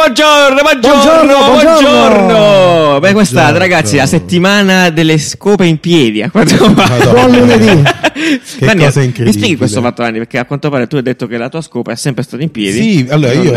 Buongiorno. Beh, questa ragazzi è la settimana delle scope in piedi. A quanto pare. Buon lunedì. Che Daniel, cosa incredibile. mi spieghi questo fatto, Dani? Perché a quanto pare tu hai detto che la tua scopa è sempre stata in piedi. Sì, allora io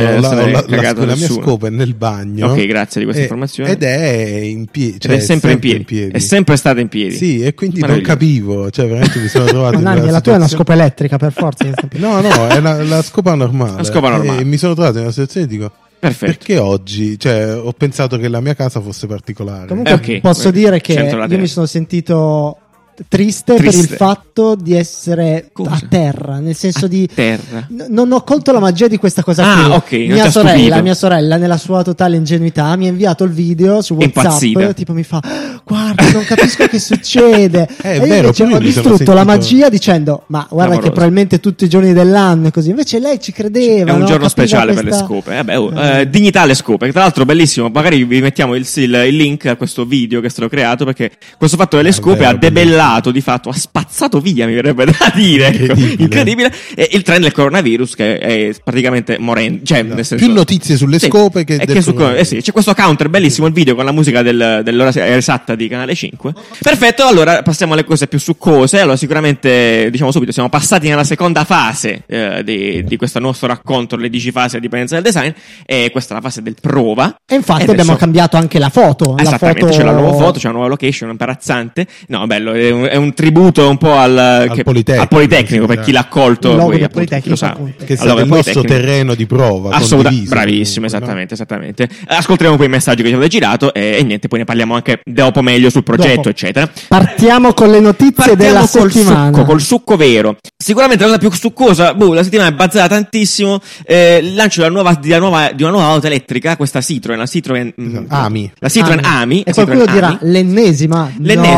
la mia nessuno. scopa è nel bagno. Ok, grazie di questa informazione. Ed è in piedi, cioè è sempre in piedi. È sempre stata in piedi. Sì, e quindi non capivo, cioè veramente mi sono trovato Nanni, la tua è una scopa elettrica per forza. No, è la scopa normale. La scopa normale. E mi sono trovato in una situazione e dico: perfetto. Perché oggi? Cioè, ho pensato che la mia casa fosse particolare. Comunque okay. posso dire che io mi sono sentito triste per il fatto di essere a terra, nel senso di terra. Non ho colto la magia di questa cosa qui. Ok, mia sorella nella sua totale ingenuità mi ha inviato il video su WhatsApp, tipo mi fa: guarda, non capisco che succede. È e vero, io invece ho distrutto la magia dicendo: ma guarda che probabilmente tutti i giorni dell'anno è così. Invece lei ci credeva. È un giorno speciale per le scope. Dignità alle scope. Tra l'altro bellissimo. Magari vi mettiamo il link a questo video che è stato creato, perché questo fatto delle scope ha debellato, di fatto ha spazzato via, mi verrebbe da dire, incredibile. E il trend del coronavirus che è praticamente morendo, cioè nel senso, più notizie sulle scope che sì, c'è questo counter bellissimo, il video con la musica dell'ora esatta di Canale 5. Perfetto, allora passiamo alle cose più succose. Allora sicuramente diciamo subito siamo passati nella seconda fase di questo nostro racconto, le 10 fasi a dipendenza del design, e questa è la fase del prova. E infatti abbiamo cambiato anche la foto. Esattamente, c'è la nuova foto, c'è una nuova location imbarazzante. No, bello, è un tributo un po' al Politecnico, per chi l'ha accolto. Il logo poi, del Politecnico, lo sa. Che sarà il nostro terreno di prova. Assolutamente, bravissimo, esattamente. Ascolteremo poi i messaggi che ci avete girato e niente, poi ne parliamo anche dopo meglio sul progetto, eccetera. Partiamo con le notizie della settimana. Col succo vero. Sicuramente la cosa più succosa, la settimana è bazzata tantissimo. Il lancio di una nuova auto elettrica, questa Citroen, la Citroen Ami. La Citroen Ami. E qualcuno dirà l'ennesima.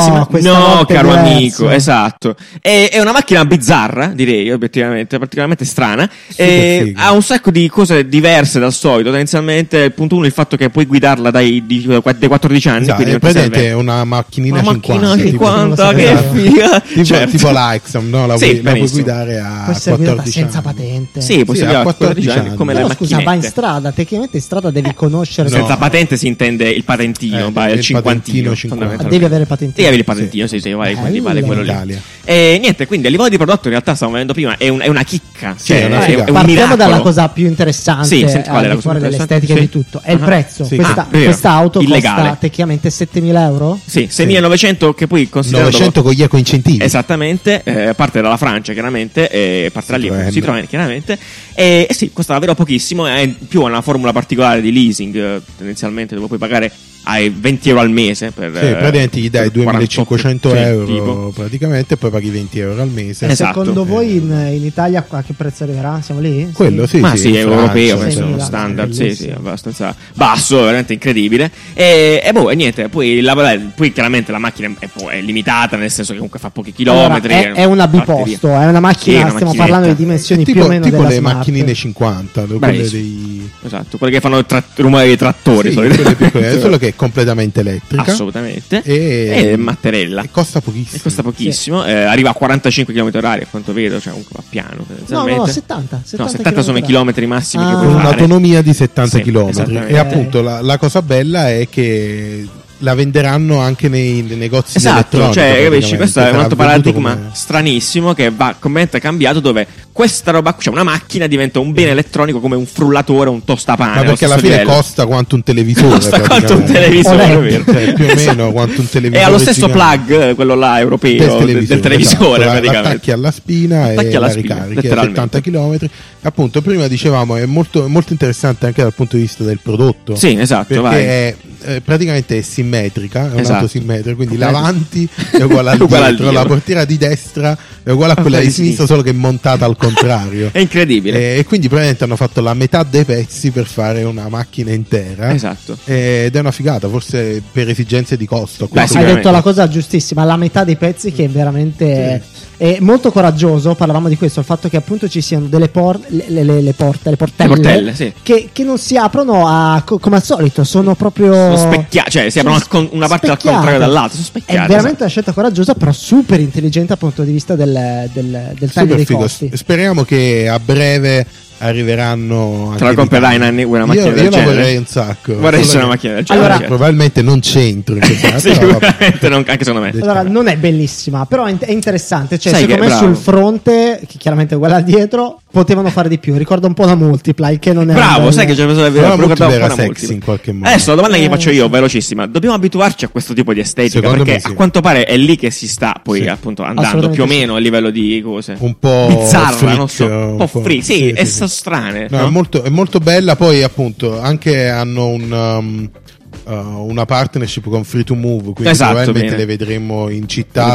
No, caro amico, esatto. È una macchina bizzarra, direi, obiettivamente, particolarmente strana. Ha un sacco di cose diverse dal solito. Tendenzialmente, il punto 1 è il fatto che puoi guidarla dai 14 anni. Esatto, quindi è presente, è una macchinina 50, che figa. Tipo la Exam, no? La puoi guidare a 14 senza patente. Sì, puoi guidare a 14 anni come le macchinette. Scusa, va in strada, tecnicamente in strada devi conoscere. Senza patente si intende il patentino, il cinquantino. Devi avere patentino. Devi avere il patentino, sì, quindi vale quello lì. E niente, quindi a livello di prodotto in realtà stavamo vedendo prima, è una chicca. Partiamo dalla cosa più interessante, al di fuori dell'estetica di tutto, è il prezzo. Questa auto costa tecnicamente 7.000 euro? Sì, 6.900, che poi considerato 900 con gli eco-incentivi. Esattamente, parte dalla Francia chiaramente, parte da lì con Citroen chiaramente, e sì, costa davvero pochissimo, è più una formula particolare di leasing, tendenzialmente dove puoi pagare ai 20 euro al mese per praticamente gli dai 2.500 euro praticamente, e poi paghi 20 euro al mese. Esatto. Secondo voi in Italia a che prezzo arriverà? Siamo lì? Quello sì, ma sì, è europeo, penso uno standard, sì, abbastanza basso, veramente incredibile. E niente, poi chiaramente la macchina è limitata, nel senso che comunque fa pochi chilometri. Allora, è una biposto, è una macchina, stiamo parlando di dimensioni più o meno tipo della le Smart. macchinine 50, quelle esatto, quelle che fanno rumore dei trattori, quelle piccole, solo che è completamente elettrica, assolutamente, e matterella, e costa pochissimo, arriva a 45 km/h a quanto vedo, cioè comunque va piano no 70 sono i chilometri massimi che puoi con fare, un'autonomia di 70 km. E appunto la cosa bella è che la venderanno anche nei negozi di elettronica. Cioè, capisci, questo è un altro paradigma stranissimo che va completamente cambiato, dove questa roba, cioè una macchina diventa un bene elettronico come un frullatore, un tostapane. Ma perché alla fine costa quanto un televisore. Costa quanto un televisore, vero? Cioè, più o meno quanto un televisore. È allo stesso plug, quello là europeo, del televisore, praticamente. Attacchi alla spina e la ricarichi a 70 km. Appunto, prima dicevamo, è molto, molto interessante anche dal punto di vista del prodotto. Sì, esatto, perché praticamente è simmetrica, è un'auto simmetrica, quindi l'avanti è uguale al dietro, la portiera di destra è uguale a quella di sinistra, solo che è montata al contrario. È incredibile. E quindi praticamente hanno fatto la metà dei pezzi per fare una macchina intera. Esatto. Ed è una figata, forse per esigenze di costo. Hai detto la cosa giustissima, la metà dei pezzi, che è veramente è molto coraggioso. Parlavamo di questo, il fatto che appunto ci siano delle le portelle sì, che non si aprono come al solito, sono proprio cioè si aprono una parte al contrario dall'altra, sono specchiate. È veramente una scelta coraggiosa, però super intelligente dal punto di vista del taglio dei costi. Speriamo che a breve arriveranno. Te la comprerai, Nanni, una macchina del genere? Io la vorrei un sacco. Vorrei una macchina del genere. Allora, probabilmente non c'entro in questa sicuramente non, anche secondo me. Allora, non è bellissima, però è interessante. Cioè, Sai secondo me bravo. sul fronte, che chiaramente è quella dietro, potevano fare di più. Ricorda un po' la Multiply, che non è bravo, sai che c'è la Multiply era sexy in qualche modo. Adesso la domanda che faccio io, velocissima: dobbiamo abituarci a questo tipo di estetica? Secondo perché me a quanto pare è lì che si sta poi appunto andando più o meno a livello di cose un po' bizzarra, freak, non so, un po' freak, sì, sono strane. No, no? È molto bella. Poi appunto anche hanno una partnership con Free to Move, quindi probabilmente le vedremo in città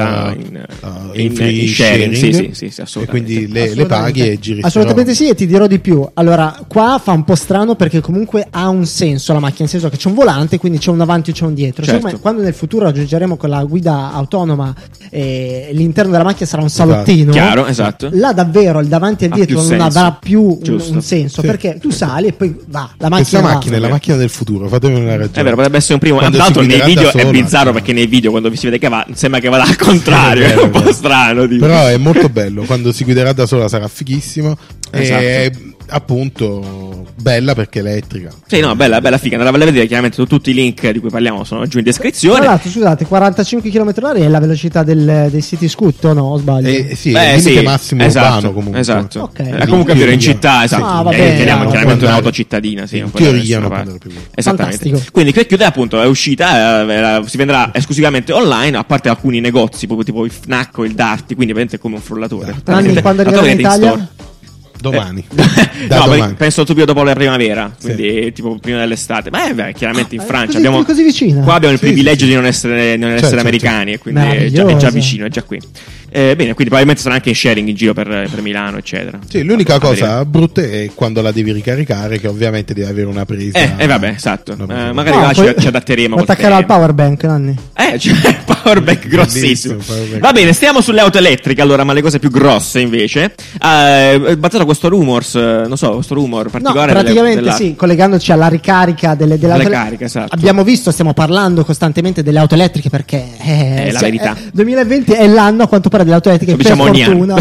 in free sharing, sì, assolutamente. E quindi le paghi e giri. Assolutamente sì, e ti dirò di più. Allora, qua fa un po' strano perché comunque ha un senso la macchina, nel senso che c'è un volante, quindi c'è un davanti e c'è un dietro. Certo. Insomma, quando nel futuro raggiungeremo con la guida autonoma e l'interno della macchina sarà un salottino, chiaro, esatto. Là davvero il davanti e il dietro non avrà più un senso, sì, perché tu sali e poi va. La macchina macchina è la macchina del futuro, fatemi una ragione. È vero, potrebbe essere un primo. Tra l'altro nei video è bizzarro perché nei video quando si vede che va sembra che vada al contrario, è un po' strano. Tipo. Però è molto bello, quando si guiderà da sola sarà fighissimo. Esatto. E appunto bella perché è elettrica. Sì, no, bella figa. Andatela a vedere, chiaramente tutti i link di cui parliamo sono giù in descrizione. Tra l'altro, scusate, 45 km/h è la velocità dei City Scoot, o no? O sbaglio? Sì, è il limite massimo urbano comunque. Esatto. Okay. Comunque è vero, in città, esatto. Chiaramente un'auto cittadina, sì. In teoria non prendere più. Esattamente. Fantastico. Quindi che chiude appunto, è uscita, si venderà esclusivamente online, a parte alcuni negozi, proprio tipo il Fnac o il Darty, quindi veramente come un frullatore. Quando arriverà in Italia? Domani. Domani. Penso subito dopo la primavera, quindi tipo prima dell'estate. Beh, chiaramente in Francia abbiamo così vicino. Qua abbiamo il privilegio di non essere americani, e quindi è già vicino, è già qui. Bene, quindi probabilmente sarà anche in sharing in giro per Milano, eccetera. Sì, l'unica cosa brutta è quando la devi ricaricare, che ovviamente deve avere una presa. Vabbè, esatto. Magari ci adatteremo. Puoi attaccare al power bank, Nanni. C'è il power bank grossissimo. Va bene, stiamo sulle auto elettriche allora, ma le cose più grosse invece. Basato questo rumors, non so, questo rumor particolare. No, praticamente sì, collegandoci alla ricarica delle auto elettriche. Esatto. Abbiamo visto, stiamo parlando costantemente delle auto elettriche perché è la verità. 2020 è l'anno a quanto pare delle auto elettriche, diciamo per fortuna.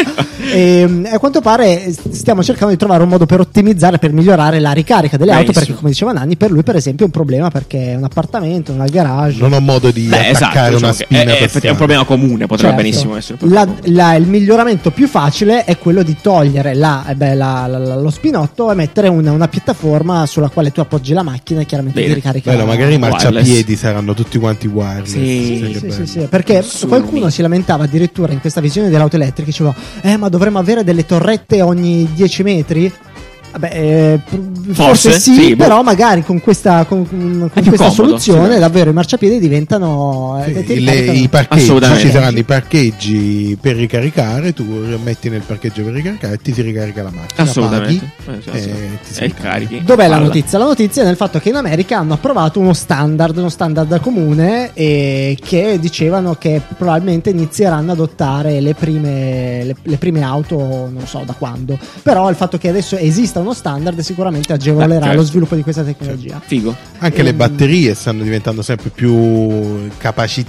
E a quanto pare stiamo cercando di trovare un modo per ottimizzare, per migliorare la ricarica delle auto, perché come diceva Nanni, per lui per esempio è un problema perché è un appartamento, non ha il garage, non ho modo di attaccare una spina. È un problema comune, potrebbe benissimo essere il miglioramento più facile è quello di togliere lo spinotto e mettere una piattaforma sulla quale tu appoggi la macchina e chiaramente ti ricarica. Magari i marciapiedi saranno tutti quanti wireless. Sì, perché qualcuno si lamentava addirittura in questa visione dell'auto elettrica, diceva ma dovremmo avere delle torrette ogni 10 metri? Vabbè, forse sì, però magari con questa soluzione davvero i marciapiedi diventano i parcheggi, ci saranno i parcheggi per ricaricare, tu metti nel parcheggio per ricaricare e ti si ricarica la macchina, assolutamente, e carichi. Dov'è la notizia? La notizia è nel fatto che in America hanno approvato uno standard comune, e che dicevano che probabilmente inizieranno ad adottare le prime auto, non so da quando, però il fatto che adesso esista uno standard sicuramente agevolerà lo sviluppo di questa tecnologia. Figo. Anche le batterie stanno diventando sempre più capaci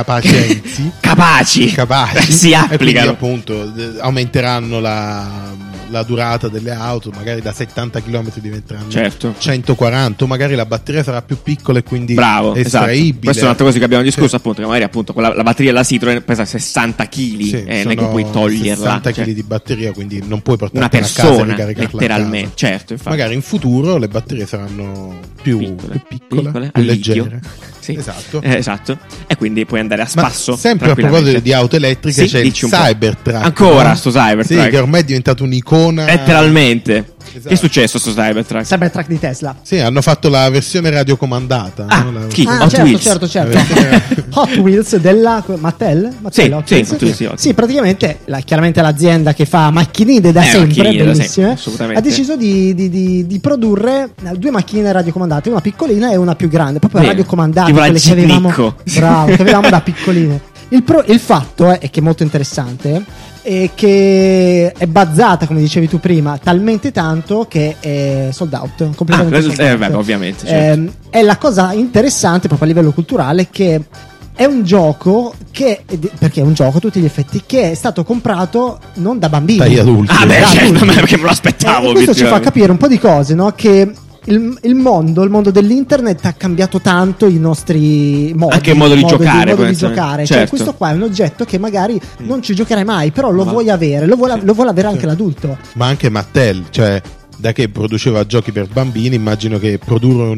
si applicano, e quindi appunto aumenteranno la durata delle auto, magari da 70 km diventeranno 140, o magari la batteria sarà più piccola e quindi estraibile. Esatto. Questa è un'altra cosa che abbiamo discusso, appunto, che magari appunto con la batteria della Citroen pesa 60 kg, non è che puoi toglierla, 60 kg di batteria, quindi non puoi portarla una persona, a casa e ricaricarla letteralmente, certo, infatti. Magari in futuro le batterie saranno più piccole, più leggere. Sì. Esatto. E quindi puoi andare a spasso. Ma sempre a proposito di auto elettriche, c'è il Cybertruck. Ancora sto Cybertruck. Sì, che ormai è diventato un'icona. Letteralmente. Esatto. Che è successo sto Cybertruck? Cybertruck di Tesla. Sì, hanno fatto la versione radiocomandata. Hot Wheels. Certo. Hot Wheels della Mattel? Sì, praticamente chiaramente l'azienda che fa macchinine da sempre, bellissime, ha deciso di produrre due macchine radiocomandate, una piccolina e una più grande, proprio radiocomandate, quelle che avevamo da piccoline. Il fatto è che è molto interessante, e che è bazzata, come dicevi tu prima, talmente tanto che è sold out, completamente sold out. Ovviamente, certo. È la cosa interessante proprio a livello culturale, che è un gioco perché è un gioco a tutti gli effetti che è stato comprato non da bambini, dagli adulti. Certo, perché me lo aspettavo. Questo ci fa capire un po' di cose, no? Che il mondo dell'internet ha cambiato tanto i nostri modi, anche il modo di giocare. Certo. Cioè, questo qua è un oggetto che magari non ci giocherai mai, però lo vuoi avere, lo vuole avere anche l'adulto. Ma anche Mattel, cioè da che produceva giochi per bambini, immagino che produrre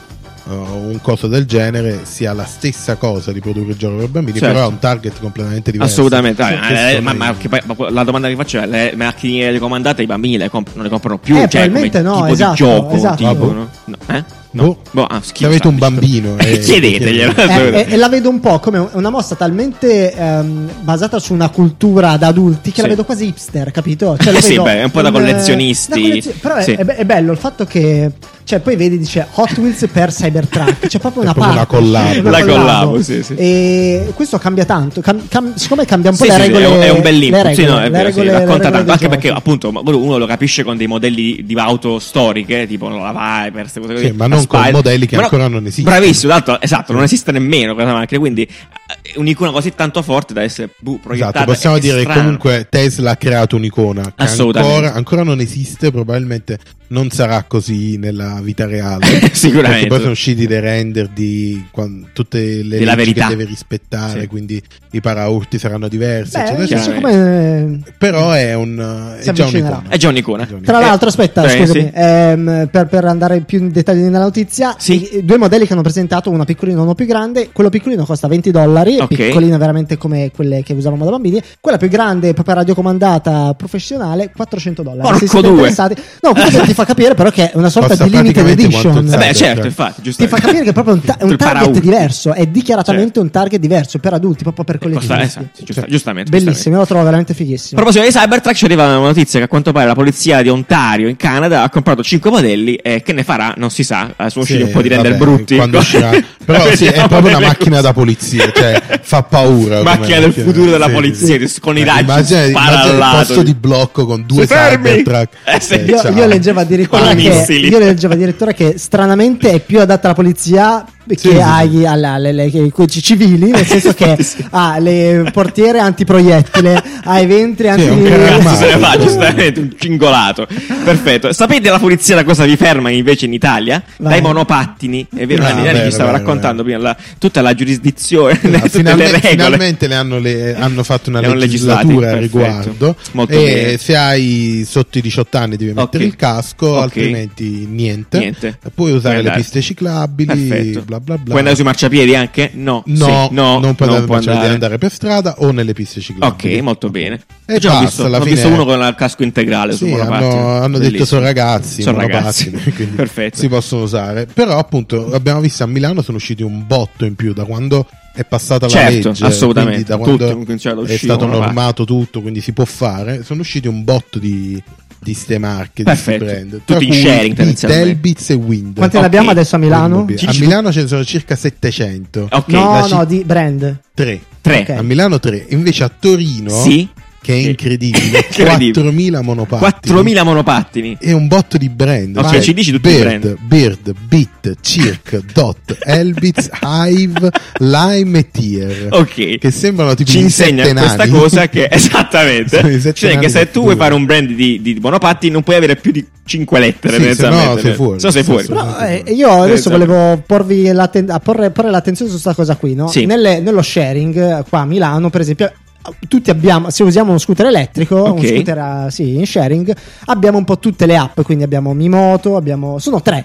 un coso del genere sia la stessa cosa di produrre il gioco per bambini, però ha un target completamente diverso. Assolutamente. Ma la domanda che faccio è: le macchine comandate i bambini non le comprano più? Probabilmente no, tipo esatto, di gioco, esatto. No. Se avete un bambino chiedeteglielo. E la vedo un po' come una mossa talmente basata su una cultura da adulti che la vedo quasi hipster, capito? Cioè, è un po' da collezionisti. Però è bello il fatto che, cioè, poi vedi, dice Hot Wheels per Cybertruck, c'è proprio una parte, una collab. Sì. E questo cambia tanto, siccome cambia un po' le regole. È un bell'input, racconta tanto, anche giochi. Perché appunto uno lo capisce con dei modelli di auto storiche, tipo la Viper, queste cose così, ma non con modelli che ancora non esistono. Bravissimo, esatto, non esiste nemmeno questa macchina, quindi un'icona così tanto forte da essere proiettata. Esatto, possiamo dire che comunque Tesla ha creato un'icona che ancora non esiste, probabilmente non sarà così nella vita reale. Sicuramente. Perché poi sono usciti dei render di tutte le leggi che deve rispettare, quindi i paraurti saranno diversi, però è già un'icona. Tra l'altro, aspetta, scusami, per andare più in dettagli nella notizia, due modelli che hanno presentato, uno piccolino e uno più grande. Quello piccolino costa $20, piccolina veramente come quelle che usavamo da bambini. Quella più grande, proprio radiocomandata professionale, $400. Porco, se siete interessati. No, questo ti fa capire però che è una sorta di limited edition. Certo, infatti, ti fa capire che è proprio un target diverso, è dichiaratamente un target diverso per adulti, proprio per collezionisti. Giustamente. Bellissimo, io lo trovo veramente fighissimo. A proposito di Cybertruck, ci arriva una notizia che a quanto pare la polizia di Ontario in Canada ha comprato 5 modelli e che ne farà non si sa, sono usciti un po' di render brutti quando uscirà. Però è proprio una macchina da polizia, cioè fa paura. Macchina del futuro della polizia con i raggi immagina il posto di blocco con due Cybertruck. Io leggevo addirittura che stranamente è più adatta alla polizia che ai civili, nel senso che ha le portiere antiproiettile, ha i ventri giustamente un cingolato. Perfetto. Sapete la polizia da cosa vi ferma invece in Italia? Dai monopattini. È vero, ci stava raccontando prima tutta la giurisdizione, tutte le regole. Finalmente hanno fatto una legislatura a riguardo. Molto bene. Se hai sotto i 18 anni devi mettere il casco, altrimenti niente. Puoi usare le piste ciclabili, bla bla bla. Puoi andare sui marciapiedi anche? No, non puoi andare per strada o nelle piste ciclabili. Ok, molto bene. E ho visto uno con il casco integrale su monopattini. Hanno detto sono ragazzi, quindi perfetto, si possono usare. Però appunto abbiamo visto a Milano sono usciti un botto in più da quando è passata la legge, assolutamente, da quando è stato normato tutto, quindi si può fare. Sono usciti un botto di ste marche, di ste brand, tutti in sharing tendenzialmente. Elbitz e Wind. Quante ne abbiamo adesso a Milano? A Milano ce ne sono circa 700. No, di brand 3. A Milano 3. Invece a Torino che è incredibile, 4.000 monopattini e un botto di brand. Cioè, ci dici tutti i brand: Bird, Bit, Cirque, Dot, Elbitz, Hive, Lime e Tier. Che sembrano tipo ci insegna questa cosa che esattamente, cioè che se tu vuoi fare un brand di monopattini non puoi avere più di 5 lettere, sei fuori. Però, io adesso volevo porre l'attenzione su questa cosa qui, no? Nello sharing qua a Milano, per esempio, tutti abbiamo, se usiamo uno scooter elettrico, un scooter in sharing, abbiamo un po' tutte le app, quindi abbiamo Mimoto, sono tre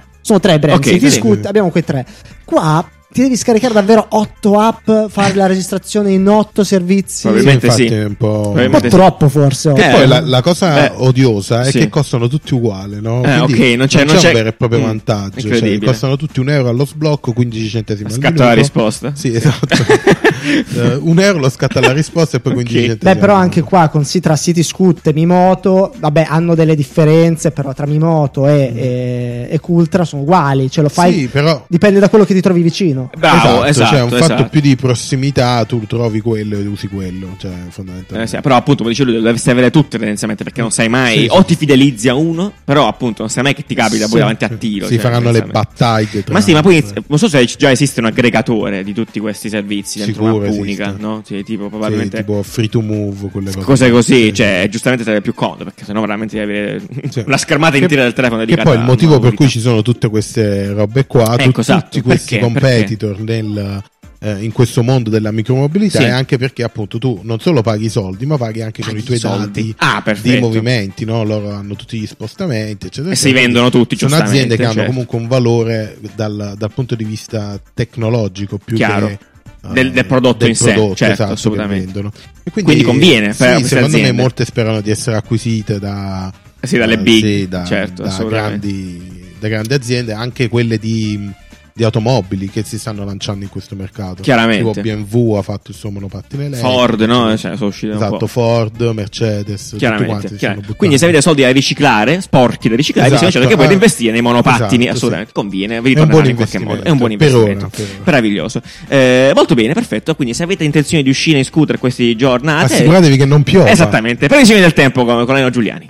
brand, abbiamo quei 3. Qua ti devi scaricare davvero 8 app, fare la registrazione in 8 servizi. Probabilmente è un po' troppo forse. E poi la cosa odiosa è che costano tutti uguali, no? Quindi non c'è un vero e proprio vantaggio. Costano tutti €1 allo sblocco, 15 centesimi al minuto. Scatta la risposta. Sì, esatto. €1 lo scatta la risposta e poi 15 centesimi. Beh, però anche qua tra Cityscoot e Mimoto, vabbè, hanno delle differenze, però tra Mimoto e Cultra sono uguali, ce lo fai, sì, però dipende da quello che ti trovi vicino. Bravo, esatto, cioè un fatto più di prossimità, tu trovi quello e usi quello, cioè fondamentalmente. Sì, però appunto, come dice lui, dovresti avere tutte tendenzialmente, perché non sai mai, o ti fidelizzi a uno, però appunto non sai mai che ti capita poi davanti a tiro. Si faranno le battaglie. Ma sì, ma poi non so se già esiste un aggregatore di tutti questi servizi dentro un'app unica, no? Cioè, tipo probabilmente tipo free to move, quelle cose così, cioè giustamente sarebbe più comodo, perché sennò veramente devi avere una schermata intera del telefono dedicata. Che poi il motivo per cui ci sono tutte queste robe qua, tutti questi competitor in questo mondo della micromobilità, è anche perché appunto tu non solo paghi i soldi, ma paghi anche con i tuoi dati di movimenti, no? Loro hanno tutti gli spostamenti, eccetera, e si vendono tutti. Sono aziende che hanno comunque un valore dal punto di vista tecnologico più che del prodotto in sé, certo, esatto, assolutamente. E quindi conviene per secondo aziende. me molte sperano di essere acquisite dalle big, certo, da grandi aziende, anche quelle di automobili che si stanno lanciando in questo mercato. Chiaramente. Tipo BMW ha fatto il suo monopattino elettrico. Ford, no? Cioè, sono usciti esatto, un po'. Ford, Mercedes, chiaramente. Quindi se avete soldi da riciclare, sporchi da riciclare, che potete investire nei monopattini, assolutamente conviene, vi ritornerà in qualche modo. È un buon investimento. Per ora. Meraviglioso. Molto bene, perfetto. Quindi se avete intenzione di uscire in scooter queste giornate, assicuratevi che non piova. Esattamente. Previsioni del tempo con Leno Giuliani.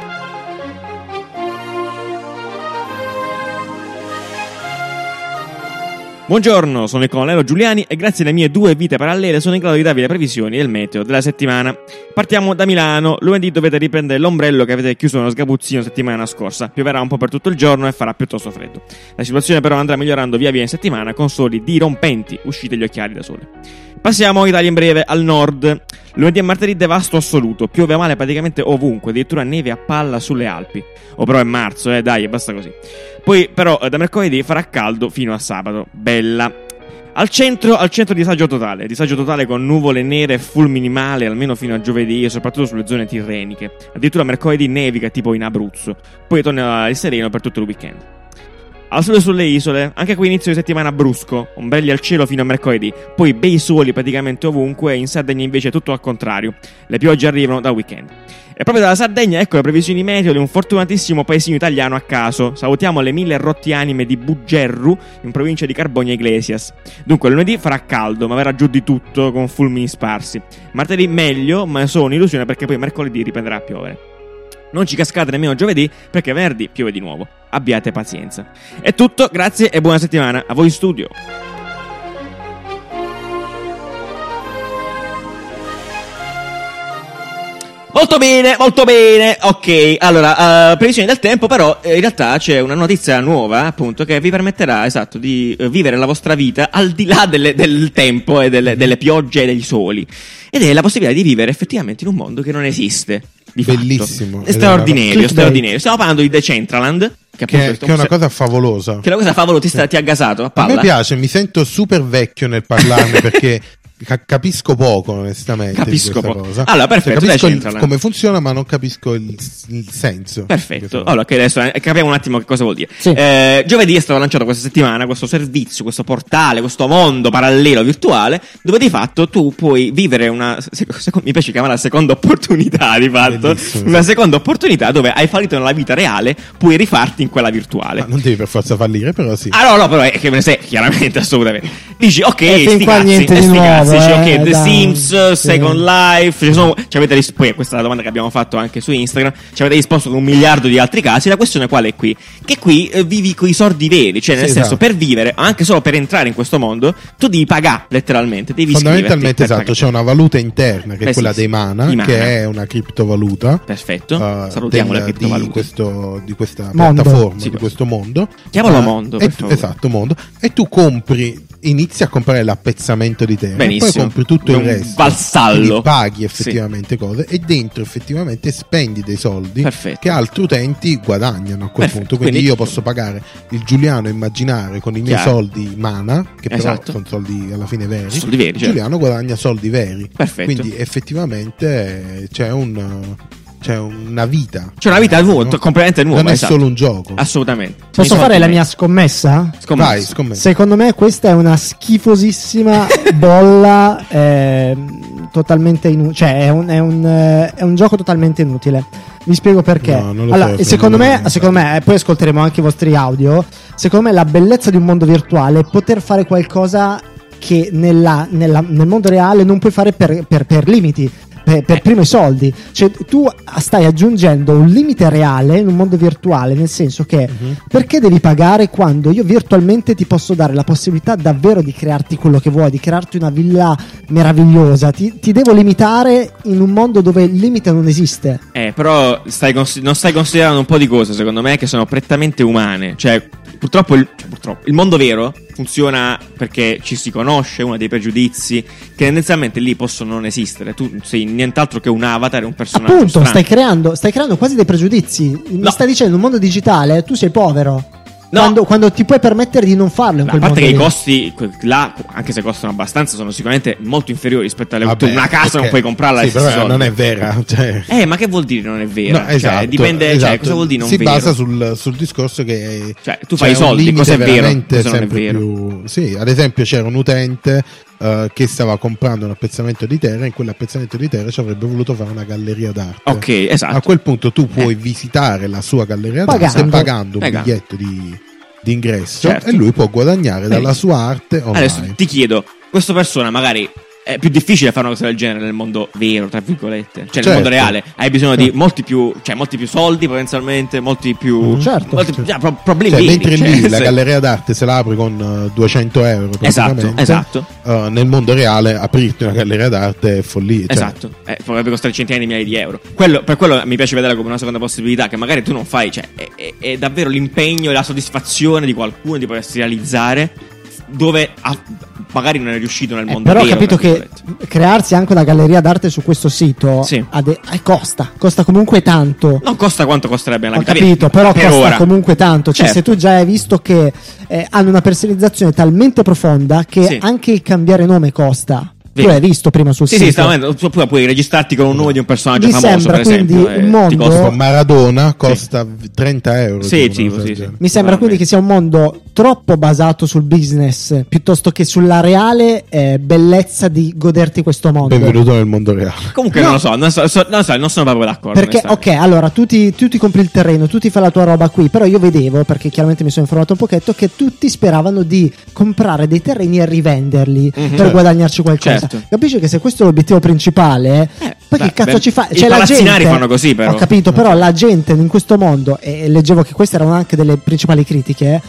Buongiorno, sono il colonnello Giuliani e grazie alle mie 2 vite parallele sono in grado di darvi le previsioni del meteo della settimana. Partiamo da Milano. Lunedì dovete riprendere l'ombrello che avete chiuso nello sgabuzzino settimana scorsa. Pioverà un po' per tutto il giorno e farà piuttosto freddo. La situazione però andrà migliorando via via in settimana con soli dirompenti. Uscite gli occhiali da sole. Passiamo Italia in breve al nord. Lunedì e martedì devasto assoluto. Piove male praticamente ovunque, addirittura neve a palla sulle Alpi. O però è marzo, dai, basta così. Poi però da mercoledì farà caldo fino a sabato. Bella. Al centro disagio totale con nuvole nere e fulmini male almeno fino a giovedì e soprattutto sulle zone tirreniche. Addirittura mercoledì nevica tipo in Abruzzo. Poi torna il sereno per tutto il weekend. Al sole sulle isole, anche qui inizio di settimana brusco, ombrelli al cielo fino a mercoledì, poi bei soli praticamente ovunque e in Sardegna invece tutto al contrario. Le piogge arrivano da weekend. E proprio dalla Sardegna ecco le previsioni meteo di un fortunatissimo paesino italiano a caso. Salutiamo le 1000 rotti anime di Buggerru, in provincia di Carbonia Iglesias. Dunque lunedì farà caldo, ma verrà giù di tutto con fulmini sparsi. Martedì meglio, ma solo un'illusione perché poi mercoledì riprenderà a piovere. Non ci cascate nemmeno giovedì perché venerdì piove di nuovo. Abbiate pazienza. È tutto, grazie e buona settimana. A voi in studio. Molto bene, ok. Allora, previsioni del tempo, però in realtà c'è una notizia nuova, appunto, che vi permetterà, esatto, di vivere la vostra vita al di là del tempo e delle piogge e degli soli. Ed è la possibilità di vivere effettivamente in un mondo che non esiste. Bellissimo. È straordinario. Stiamo parlando di Decentraland. Che è una cosa favolosa. Che è una cosa favolosa, ti ha gasato a palla. A me piace, mi sento super vecchio nel parlarne perché capisco poco onestamente di questa cosa. Allora perfetto, capisco come funziona ma non capisco il senso. Perfetto, allora che adesso capiamo un attimo che cosa vuol dire. Sì. Giovedì è stato lanciato questa settimana questo servizio, questo portale, questo mondo parallelo virtuale dove di fatto tu puoi vivere mi piace chiamarla seconda opportunità di fatto. Bellissimo, una seconda opportunità dove hai fallito nella vita reale, puoi rifarti in quella virtuale. Ma non devi per forza fallire, però sì. No, però è che me ne sei chiaramente, assolutamente. Dici ok, sti cazzi, ok, The Sims, Second Life, poi questa è la domanda che abbiamo fatto anche su Instagram, ci avete risposto con 1 miliardo di altri casi. La questione qual è qui? Che qui vivi coi soldi veri, cioè nel senso per vivere, anche solo per entrare in questo mondo, tu devi pagare letteralmente, devi fondamentalmente esatto, c'è una valuta interna che è quella dei mana, che è una criptovaluta. Perfetto, salutiamo la criptovaluta di questa piattaforma, di questo mondo. Chiamalo mondo, per favore. Esatto, mondo. E tu inizi a comprare l'appezzamento di terra. Benissimo. Poi compri tutto il resto, valsallo, paghi effettivamente cose e dentro effettivamente spendi dei soldi che altri utenti guadagnano a quel punto. Quindi io posso pagare il Giuliano immaginare con i miei soldi mana, che però sono soldi alla fine veri. Giuliano guadagna soldi veri. Perfetto. Quindi effettivamente c'è c'è una vita. C'è una vita nuova, completamente nuova. Non è solo un gioco. Assolutamente. Posso fare la mia scommessa? Vai, scommessa. Secondo me questa è una schifosissima bolla, totalmente inutile. Cioè è un gioco totalmente inutile. Vi spiego perché. No, allora, secondo me, poi ascolteremo anche i vostri audio. Secondo me la bellezza di un mondo virtuale è poter fare qualcosa che nel mondo reale non puoi fare per limiti. Per primo i soldi, cioè tu stai aggiungendo un limite reale in un mondo virtuale, nel senso che perché devi pagare quando io virtualmente ti posso dare la possibilità davvero di crearti quello che vuoi, di crearti una villa meravigliosa. Ti devo limitare in un mondo dove il limite non esiste. Però non stai considerando un po' di cose, secondo me, che sono prettamente umane. Cioè purtroppo il mondo vero funziona perché ci si conosce, uno dei pregiudizi che tendenzialmente lì possono non esistere. Tu sei nient'altro che un avatar, un personaggio. Appunto, stai creando quasi dei pregiudizi. Mi stai dicendo, in un mondo digitale tu sei povero. No. Quando ti puoi permettere di non farlo in quel modo. A parte che i costi là, anche se costano abbastanza, sono sicuramente molto inferiori rispetto alle una casa perché non puoi comprarla. Sì, però non è vera. Cioè. Ma che vuol dire non è vera? No, esatto, cioè, dipende. Cioè, cosa vuol dire non si vero? basa sul discorso che cioè, tu fai i soldi, cosa è vero? Cosa non è vero? Più... Sì, ad esempio c'era un utente che stava comprando un appezzamento di terra, in quell'appezzamento di terra ci avrebbe voluto fare una galleria d'arte. Ok, esatto. A quel punto tu puoi visitare la sua galleria d'arte pagando un biglietto di ingresso, certo. E lui può guadagnare dalla sua arte online. Adesso ti chiedo, questa persona magari è più difficile fare una cosa del genere nel mondo vero, tra virgolette, cioè nel mondo reale hai bisogno di molti più soldi potenzialmente, molti più problemi. Cioè, mentre lì la galleria d'arte se la apri con 200 euro esatto. Nel mondo reale aprirti una galleria d'arte è follia, esatto, potrebbe costare centinaia di migliaia di euro. Per quello mi piace vederla come una seconda possibilità, che magari tu non fai, cioè è davvero l'impegno e la soddisfazione di qualcuno di potersi realizzare dove magari non è riuscito nel mondo però vero. Ho capito che crearsi anche una galleria d'arte su questo sito costa comunque tanto. Non costa quanto costerebbe nella vita. Ho capito, però per costa ora. Comunque tanto. Cioè, se tu già hai visto che hanno una personalizzazione talmente profonda che anche il cambiare nome costa. Tu l'hai visto prima sul sito? Sì, puoi registrarti con un nome di un personaggio mi famoso, sembra, per esempio. Un mondo... costa Maradona costa 30 euro. Sì. Mi sembra quindi che sia un mondo troppo basato sul business piuttosto che sulla reale bellezza di goderti questo mondo. Benvenuto nel mondo reale. Comunque non sono proprio d'accordo. Perché ok, allora tu ti compri il terreno, tu ti fai la tua roba qui, però io vedevo, perché chiaramente mi sono informato un pochetto, che tutti speravano di comprare dei terreni e rivenderli per guadagnarci qualcosa. Certo. Capisci che se questo è l'obiettivo principale, poi che cazzo ci fa? Cioè, i palazzinari fanno così, però. Ho capito, però la gente in questo mondo, e leggevo che queste erano anche delle principali critiche,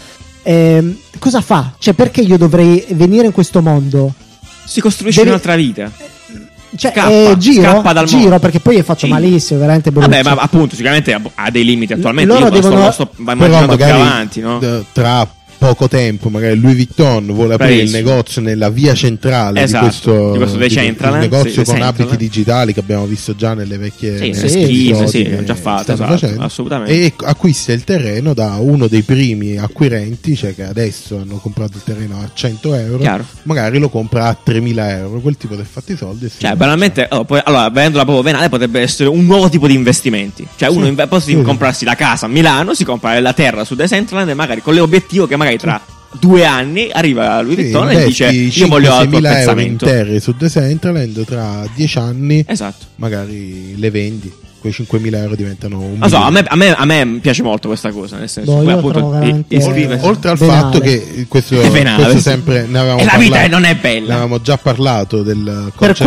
cosa fa? Cioè, perché io dovrei venire in questo mondo? Si costruisce un'altra vita. Cioè, scappa dal mondo. Perché poi è fatto malissimo, veramente brutto. Vabbè, ma appunto, sicuramente ha dei limiti attualmente. Loro io sto immaginando più avanti, no? Tra poco tempo magari Louis Vuitton vuole aprire il negozio nella via centrale di questo Decentraland, negozio con abiti digitali che abbiamo visto già nelle vecchie schifo, ho già fatto, assolutamente. E acquista il terreno da uno dei primi acquirenti, cioè che adesso hanno comprato il terreno a 100 euro. Chiaro. Magari lo compra a 3.000 euro, quel tipo di fatti soldi. Cioè banalmente allora vendola proprio penale potrebbe essere un nuovo tipo di investimenti, cioè uno invece di comprarsi la casa a Milano, si compra la terra su Decentraland e magari con l'obiettivo che magari tra 2 anni arriva Louis Vuitton e dice io voglio altro appezzamento euro in su Decentraland, tra 10 anni esatto. Magari le vendi, quei 5.000 euro diventano un a me piace molto questa cosa, nel senso poi appunto oltre al fatto che questo sempre ne avevamo la vita non è bella, ne avevamo già parlato del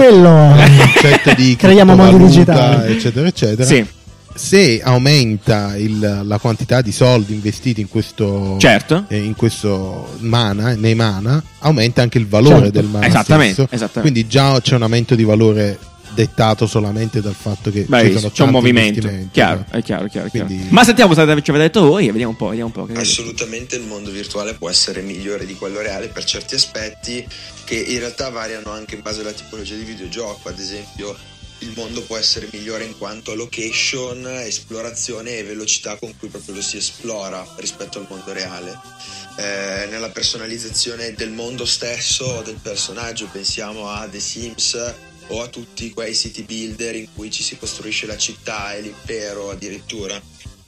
concetto di creiamo mondi digitali eccetera eccetera. Sì. Se aumenta la quantità di soldi investiti in questo in questo nei mana, aumenta anche il valore del mana esattamente. Quindi già c'è un aumento di valore dettato solamente dal fatto che c'è un movimento. È chiaro. Quindi... Ma sentiamo cosa ci avete detto voi e vediamo un po'. Assolutamente il mondo virtuale può essere migliore di quello reale per certi aspetti che in realtà variano anche in base alla tipologia di videogioco. Ad esempio il mondo può essere migliore in quanto a location, esplorazione e velocità con cui proprio lo si esplora rispetto al mondo reale. Nella personalizzazione del mondo stesso o del personaggio, pensiamo a The Sims, o a tutti quei city builder in cui ci si costruisce la città e l'impero addirittura.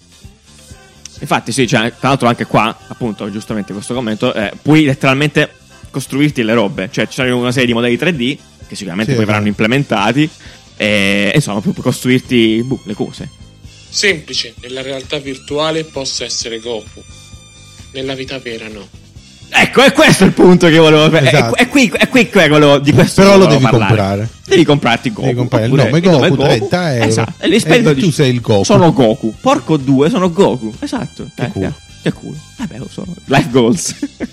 Infatti sì, cioè, tra l'altro anche qua, appunto, giustamente questo commento, puoi letteralmente costruirti le robe, cioè ci sono una serie di modelli 3D che sicuramente poi verranno implementati e insomma puoi costruirti le cose. Semplice, nella realtà virtuale posso essere Goku, nella vita vera no. Ecco, è questo il punto che volevo fare. Esatto. È qui di questo. Però lo devi parlare. comprare. Devi comprarti Goku. Devi comprare il nome Goku, 30 euro. Esatto. E tu sei il Goku. Sono Goku. Porco 2, sono Goku. Esatto. Che culo. Che culo. Vabbè, lo so. Life goals.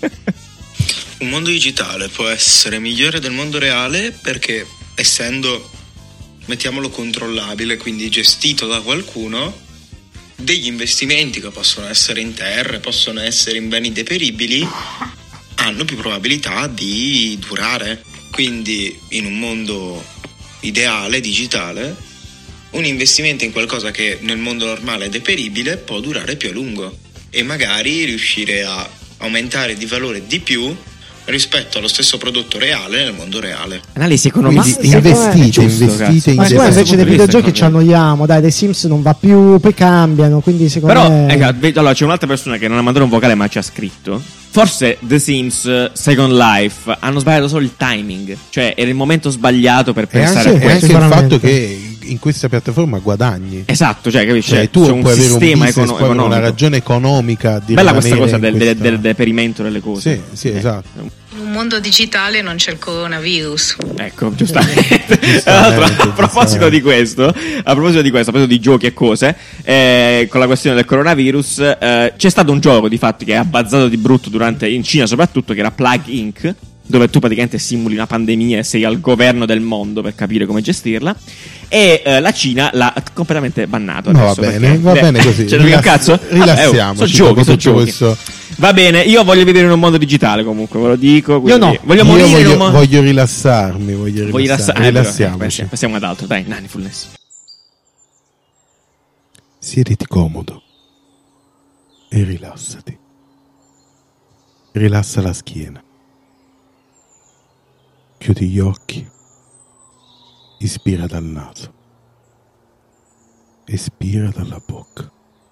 Un mondo digitale può essere migliore del mondo reale perché, essendo, mettiamolo, controllabile, quindi gestito da qualcuno, degli investimenti che possono essere in terre, possono essere in beni deperibili, hanno più probabilità di durare. Quindi in un mondo ideale, digitale, un investimento in qualcosa che nel mondo normale è deperibile può durare più a lungo e magari riuscire a aumentare di valore di più rispetto allo stesso prodotto reale nel mondo reale. Analisi economica. Investite ma qua invece dei videogiochi ci annoiamo, dai, dei Sims non va più, poi cambiano, quindi secondo me. Allora c'è un'altra persona che non ha mandato un vocale ma ci ha scritto: forse The Sims Second Life hanno sbagliato solo il timing, cioè era il momento sbagliato per pensare a questo. E anche il fatto che in questa piattaforma guadagni. Esatto, cioè capisci? Cioè, tu c'è un puoi avere sistema un business, economico, una ragione economica di bella questa cosa del deperimento delle cose. Sì, esatto. In un mondo digitale non c'è il coronavirus. Ecco, giustamente. A proposito di questo, a proposito di giochi e cose, con la questione del coronavirus, c'è stato un gioco di fatto che è abbazzato di brutto in Cina soprattutto, che era Plague Inc., dove tu praticamente simuli una pandemia e sei al governo del mondo per capire come gestirla. E la Cina l'ha completamente bannato. No, va bene così. Ce un cazzo? Rilassiamoci. Sono giochi. Va bene, io voglio vivere in un mondo digitale comunque, ve lo dico. Io no. Voglio rilassarmi. Rilassiamoci. Passiamo ad altro, dai, Nanifulness. Siediti comodo e rilassati. Rilassa la schiena. Chiudi gli occhi. Ispira dal naso. Espira dalla bocca.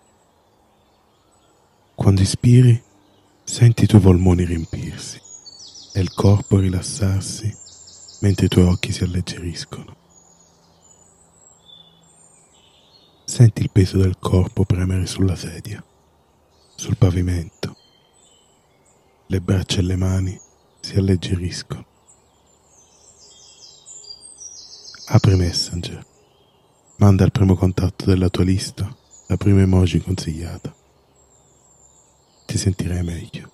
Quando ispiri, senti i tuoi polmoni riempirsi e il corpo rilassarsi mentre i tuoi occhi si alleggeriscono. Senti il peso del corpo premere sulla sedia, sul pavimento. Le braccia e le mani si alleggeriscono. Apri Messenger. Manda il primo contatto della tua lista, la prima emoji consigliata. Ti sentirai meglio.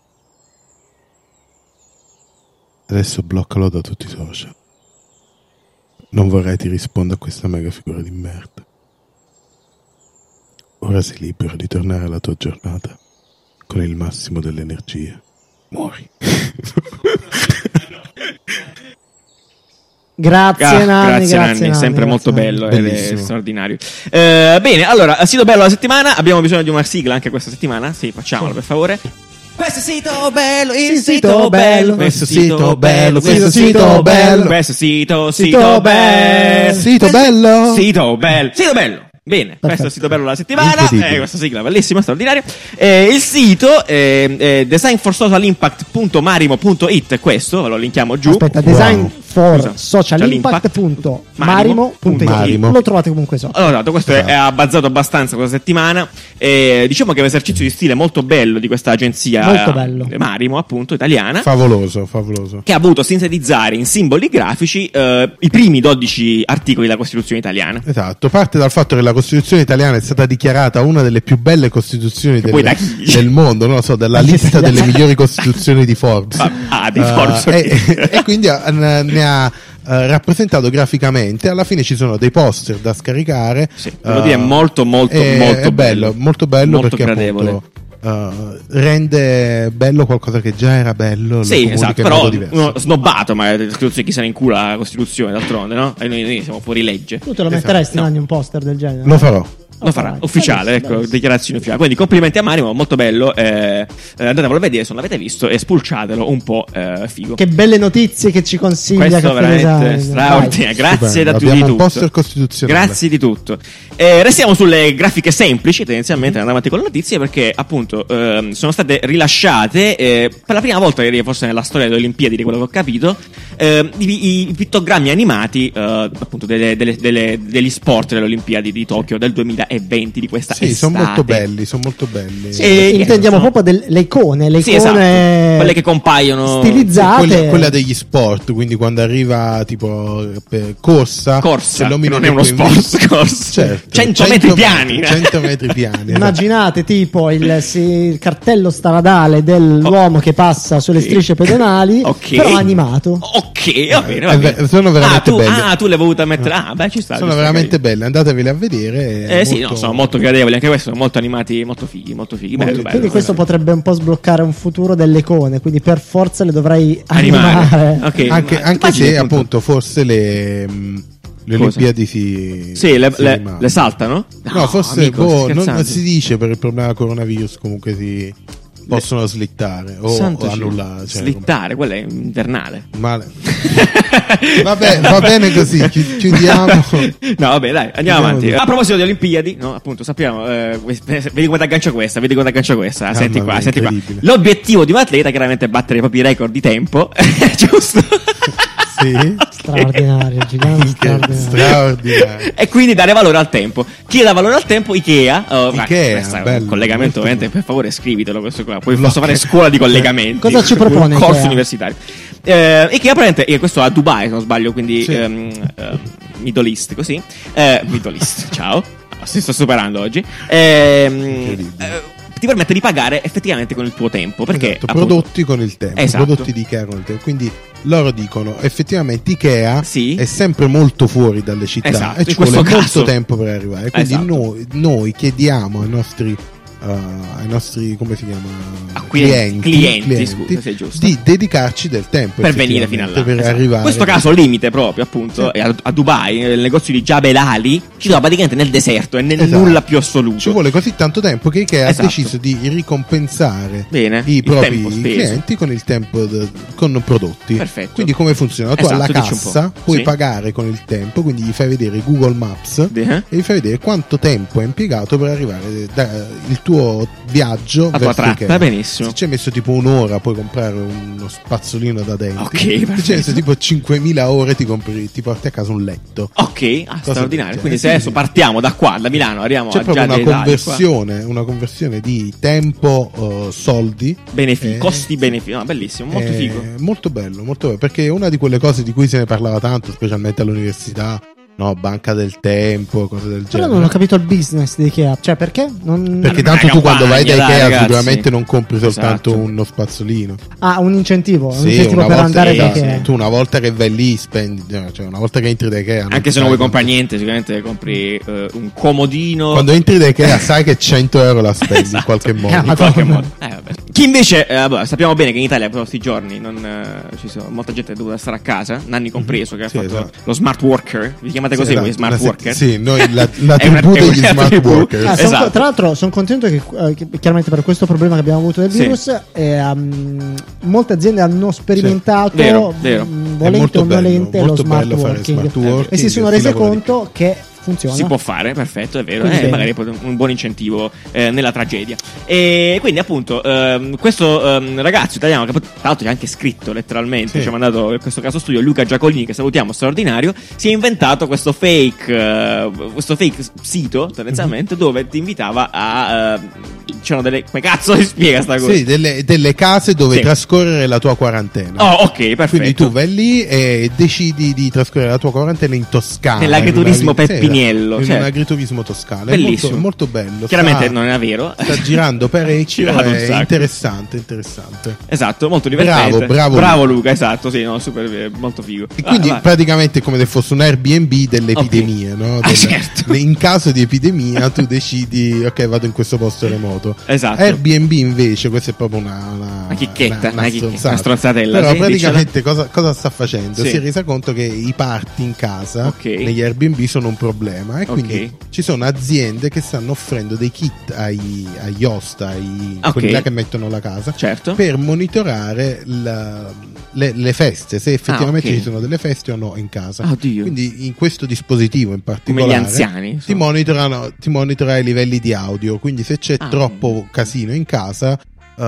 Adesso bloccalo da tutti i social. Non vorrei ti risponda a questa mega figura di merda. Ora sei libero di tornare alla tua giornata con il massimo delle energie. Muori. Grazie Nanni, sempre molto bello ed è straordinario. Bene, allora, sito bello la settimana. Abbiamo bisogno di una sigla anche questa settimana. Sì, facciamola per favore. Questo sito bello, il sito bello, questo sito bello, questo sito bello, questo sito bello, sito bello, sito bello. Bene, questo è il sito bello della settimana, questa sigla bellissima, straordinaria. Il sito designforsocialimpact.marimo.it, questo ve lo linkiamo giù. Aspetta, designforsocialimpact.marimo.it, lo trovate comunque sotto. Allora, questo è abbazzato abbastanza questa settimana. Diciamo che è un esercizio di stile molto bello di questa agenzia, molto bello. Marimo, appunto, italiana. Favoloso. Che ha voluto sintetizzare in simboli grafici i primi 12 articoli della Costituzione italiana. Esatto, parte dal fatto che la Costituzione italiana è stata dichiarata una delle più belle Costituzioni del mondo, non lo so, della lista delle migliori Costituzioni di Forbes. Di Forbes. E quindi ne ha rappresentato graficamente. Alla fine ci sono dei poster da scaricare. Sì, devo dire molto bello. Molto perché gradevole. Appunto rende bello qualcosa che già era bello. Sì, esatto, però uno snobbato, ma chi se ne incula la Costituzione d'altronde, no? E noi siamo fuori legge. Tu te lo metteresti in un poster del genere? Lo farò. Lo farà, ufficiale, ecco, dichiarazione ufficiale. Quindi complimenti a Mario, molto bello. Andatevelo a vedere se non l'avete visto e spulciatelo un po', figo. Che belle notizie che ci consiglia. Questo veramente straordinario. Grazie da tutti. Abbiamo un poster costituzionale. Grazie di tutto. Restiamo sulle grafiche semplici, tendenzialmente andiamo avanti con le notizie, perché appunto sono state rilasciate per la prima volta, forse nella storia delle Olimpiadi, di quello che ho capito, i pittogrammi animati appunto degli sport delle Olimpiadi di Tokyo del 2020, di questa estate. Sono molto belli. Sì, intendiamo proprio le icone, sì, esatto. Quelle che compaiono stilizzate, quella degli sport, quindi quando arriva tipo corsa non è uno sport, corsa. Certo. 100 metri piani. 100 metri piani. Immaginate tipo il cartello stradale dell'uomo che passa sulle strisce pedonali, però animato. Ok, va bene. Sono veramente belli. Tu l'hai voluta mettere. Ci sta. Sono veramente belli, andateveli a vedere. Sì, sono molto gradevoli, anche questi sono molto animati, molto fighi. Bello, quindi questo potrebbe un po' sbloccare un futuro delle icone, quindi per forza le dovrai animare. Okay. Anche se appunto forse le Olimpiadi le saltano? No, forse non si dice, per il problema coronavirus comunque possono slittare o annullare. Slittare, quello è invernale. Male. Vabbè, va bene così, chiudiamo. No, vabbè, dai, andiamo avanti. A proposito di Olimpiadi, no, appunto, sappiamo, vedi come aggancia questa. Senti qua. L'obiettivo di un atleta chiaramente è battere i propri record di tempo, giusto? Sì. Straordinario, gigante, straordinario. E quindi dare valore al tempo. Chi dà valore al tempo? Ikea. Ikea, bello, un collegamento, ovviamente, per favore scrivitelo questo qua. Poi posso fare scuola di collegamenti. Cosa ci propone un corso universitario. Ikea praticamente, questo a Dubai, se non sbaglio, quindi Middle East, così. Middle East, ciao. Si sto superando oggi. Ti permette di pagare effettivamente con il tuo tempo, perché appunto, prodotti con il tempo, prodotti di Ikea con il tempo. Quindi loro dicono effettivamente Ikea è sempre molto fuori dalle città, e ci vuole molto tempo per arrivare. Quindi noi chiediamo ai nostri come si chiama, clienti scusa, sei giusto, di dedicarci del tempo per venire fino là, per arrivare. In questo caso limite proprio appunto a Dubai, nel negozio di Jebel Ali, ci trova praticamente nel deserto e nel nulla più assoluto. Ci vuole così tanto tempo che Ikea ha deciso di ricompensare i propri clienti con il tempo con prodotti. Perfetto. Quindi come funziona? Tu alla cassa puoi pagare con il tempo, quindi gli fai vedere Google Maps e gli fai vedere quanto tempo è impiegato per arrivare il tuo viaggio verso Ikea. Benissimo. Se ci hai messo tipo un'ora puoi comprare uno spazzolino da denti. Se ci hai messo tipo 5.000 ore ti porti a casa un letto. Straordinario. Quindi se adesso partiamo da qua, da Milano, arriviamo c'è proprio una conversione di tempo, soldi, costi benefici. Bellissimo, molto figo. Molto bello, perché è una di quelle cose di cui se ne parlava tanto, specialmente all'università. No, banca del tempo, cose del genere. Però non ho capito il business di Ikea. Cioè, perché? Perché tanto tu quando vai da Ikea sicuramente non compri soltanto uno spazzolino. Un incentivo. Un incentivo per andare da Ikea. Tu una volta che vai lì spendi, cioè una volta che entri da Ikea. Anche se non vuoi comprare niente, sicuramente compri un comodino. Quando entri da Ikea sai che 100 euro la spendi in qualche modo. Vabbè. Chi invece, sappiamo bene che in Italia per questi giorni ci sono molta gente che è dovuta stare a casa, Nanni compreso, che ha fatto lo smart worker. Vi chiamate così voi smart worker? Sì, noi la tribù degli smart worker. Tra l'altro sono contento che chiaramente per questo problema che abbiamo avuto del virus molte aziende hanno sperimentato volente o nolente lo smart working e si sono rese conto che funziona. Si può fare, perfetto, è vero. Magari un buon incentivo nella tragedia. E quindi, appunto, questo ragazzo italiano, che tra l'altro c'è anche scritto letteralmente, ci ha mandato in questo caso studio, Luca Giacolini, che salutiamo, straordinario, si è inventato questo fake sito, tendenzialmente, dove ti invitava a. C'erano delle. Come cazzo si spiega sta cosa? Sì, delle case dove trascorrere la tua quarantena. Ok, perfetto. Quindi tu vai lì e decidi di trascorrere la tua quarantena in Toscana. Nell'agriturismo Peppiniello. In un agriturismo toscano. Bellissimo. È molto bello. Chiaramente non è vero. Sta girando parecchio. È interessante. Esatto, molto divertente. Bravo Luca, esatto. Sì, no, super, molto figo. E quindi praticamente è come se fosse un Airbnb delle epidemie, no? Certo. In caso di epidemia tu decidi, ok, vado in questo posto remoto. Esatto. Airbnb invece, questa è proprio una chicchetta, una stronzatella. Però praticamente cosa sta facendo? Si è resa conto che i party in casa negli Airbnb sono un problema. problema, e quindi ci sono aziende che stanno offrendo dei kit agli host, quelli là che mettono la casa, per monitorare le feste, se effettivamente ci sono delle feste o no in casa. Quindi in questo dispositivo in particolare, come gli anziani, ti monitora i livelli di audio, quindi se c'è troppo casino in casa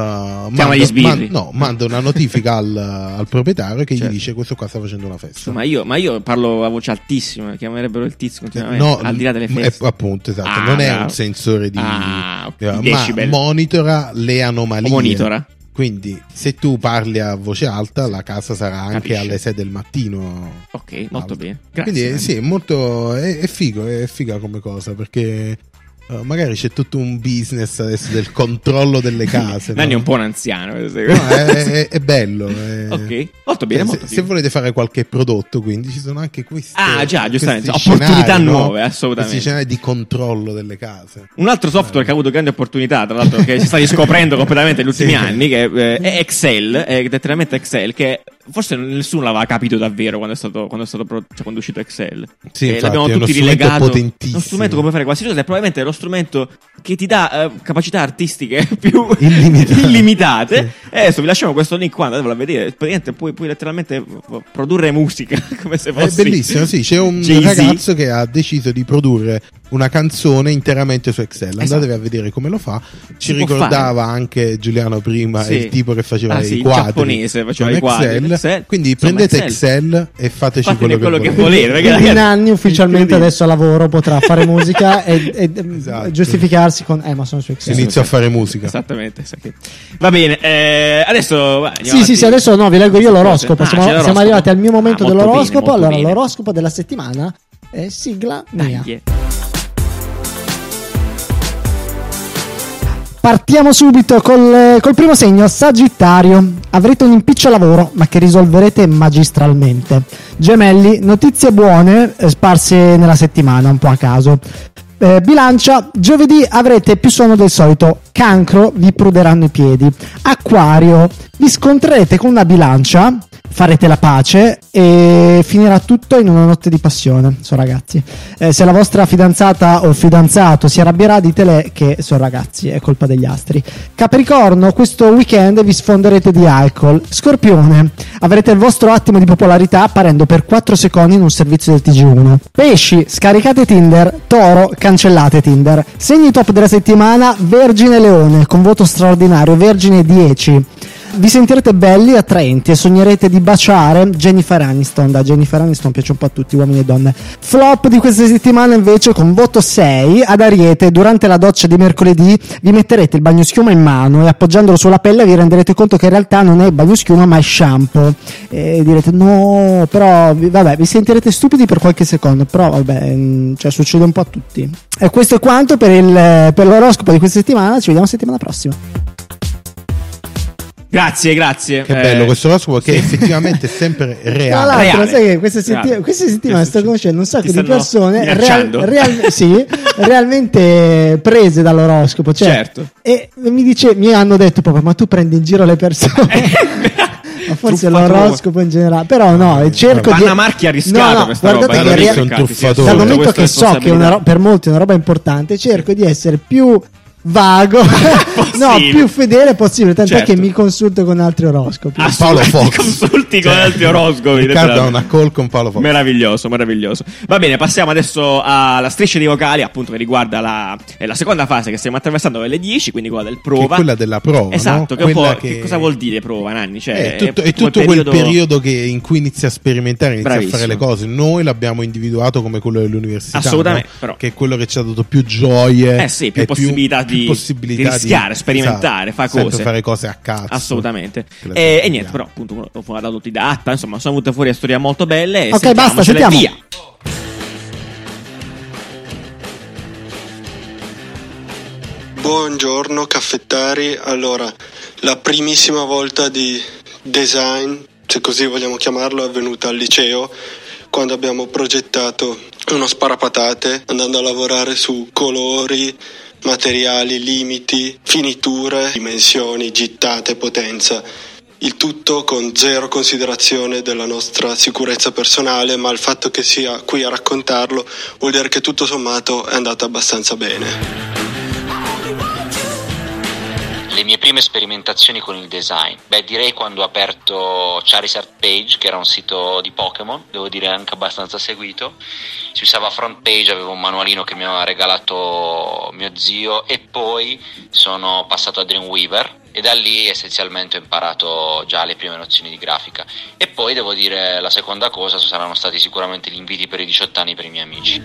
manda una notifica al proprietario che gli dice: questo qua sta facendo una festa. Ma io parlo a voce altissima, chiamerebbero il tizio continuamente, al di là delle feste. Appunto, esatto, non è un sensore di ma monitora le anomalie. Monitora. Quindi se tu parli a voce alta, la casa sarà anche alle 6 del mattino. Ok, molto bene. Grazie. Quindi sì, è figa come cosa, perché magari c'è tutto un business adesso del controllo delle case. Nanni è un po' un anziano. È bello. Ok, molto bene. Se volete fare qualche prodotto, quindi ci sono anche queste giustamente, opportunità nuove, assolutamente. Questi scenari di controllo delle case. Un altro software che ha avuto grandi opportunità, tra l'altro, che si sta riscoprendo completamente negli ultimi anni, che è Excel, è letteralmente Excel, che forse nessuno l'aveva capito davvero quando è uscito Excel. Sì, l'abbiamo tutti rilegato. È uno strumento come fare qualsiasi cosa, è probabilmente lo strumento che ti dà capacità artistiche più illimitate. Adesso vi lasciamo questo link qua, andatevelo a vedere. Praticamente puoi letteralmente produrre musica come se fosse. È bellissimo, sì. C'è un ragazzo che ha deciso di produrre una canzone interamente su Excel. Andatevi a vedere come lo fa. Ci ricordava anche Giuliano prima, il tipo che faceva i quadri. Il giapponese faceva i quadri. Quindi prendete Excel e fateci quello che volete. Quindi Nanni ufficialmente adesso a lavoro potrà fare musica e giustificarsi con ma sono su Excel. Inizio a fare musica. Esattamente. Va bene, adesso adesso vi leggo io l'oroscopo. Siamo arrivati al mio momento dell'oroscopo. Allora, l'oroscopo della settimana è sigla mia. Partiamo subito col primo segno, Sagittario. Avrete un impiccio a lavoro, ma che risolverete magistralmente. Gemelli, notizie buone sparse nella settimana, un po' a caso. Bilancia, giovedì avrete più sonno del solito. Cancro, vi pruderanno i piedi. Acquario, vi scontrerete con una bilancia, farete la pace e finirà tutto in una notte di passione. Sono ragazzi. Se la vostra fidanzata o fidanzato si arrabbierà, ditele che sono ragazzi, è colpa degli astri. Capricorno, questo weekend vi sfonderete di alcol. Scorpione, avrete il vostro attimo di popolarità apparendo per 4 secondi in un servizio del TG1. Pesci, scaricate Tinder. Toro, cancellate Tinder. Segni top della settimana, Vergine e Leone, con voto straordinario, Vergine 10. Vi sentirete belli, attraenti e sognerete di baciare Jennifer Aniston. Da Jennifer Aniston piace un po' a tutti, uomini e donne. Flop di questa settimana invece, con voto 6, ad Ariete, durante la doccia di mercoledì vi metterete il bagnoschiuma in mano e appoggiandolo sulla pelle vi renderete conto che in realtà non è bagnoschiuma ma è shampoo. E direte no, però vabbè, vi sentirete stupidi per qualche secondo, però vabbè, succede un po' a tutti. E questo è quanto per l'oroscopo di questa settimana. Ci vediamo settimana prossima. Grazie. Che bello questo oroscopo, che effettivamente è sempre reale. Tra l'altro, sai che queste settimane sto conoscendo un sacco di persone realmente prese dall'oroscopo. Certo. E mi hanno detto proprio: ma tu prendi in giro le persone. Ma forse l'oroscopo in generale, però no, cerco Vanna Marchi ha rischiato questa roba. Dal momento che so che per molti è una roba importante, cerco di essere più vago, più fedele possibile, tant'è che mi consulto con altri oroscopi. Paolo Fox. Consulti con altri oroscopi. Riccardo ha una call con Paolo Fox. Meraviglioso. Va bene, passiamo adesso alla striscia di vocali, appunto, che riguarda la seconda fase che stiamo attraversando alle 10, quindi quella del prova. Che è quella della prova. Esatto, che cosa vuol dire prova, Nanni? Cioè, è tutto quel periodo in cui inizi a sperimentare, inizi a fare le cose. Noi l'abbiamo individuato come quello dell'università. Assolutamente, però. Che è quello che ci ha dato più gioie. Più possibilità di rischiare, sperimentare, fare cose. Fare cose a cazzo. Assolutamente. E niente, però appunto uno da autodidatta, insomma, sono venute fuori storie molto belle. Ok, basta, sentiamo. Via. Buongiorno caffettari. Allora, la primissima volta di design, se così vogliamo chiamarlo, è avvenuta al liceo, quando abbiamo progettato uno sparapatate, andando a lavorare su colori, materiali, limiti, finiture, dimensioni, gittate, potenza. il tutto con zero considerazione della nostra sicurezza personale, ma il fatto che sia qui a raccontarlo vuol dire che tutto sommato è andato abbastanza bene. Le mie prime sperimentazioni con il design, direi quando ho aperto Charizard Page, che era un sito di Pokémon, devo dire anche abbastanza seguito. Si usava Front Page, avevo un manualino che mi aveva regalato mio zio, e poi sono passato a Dreamweaver e da lì essenzialmente ho imparato già le prime nozioni di grafica. E poi devo dire la seconda cosa saranno stati sicuramente gli inviti per i 18 anni per i miei amici.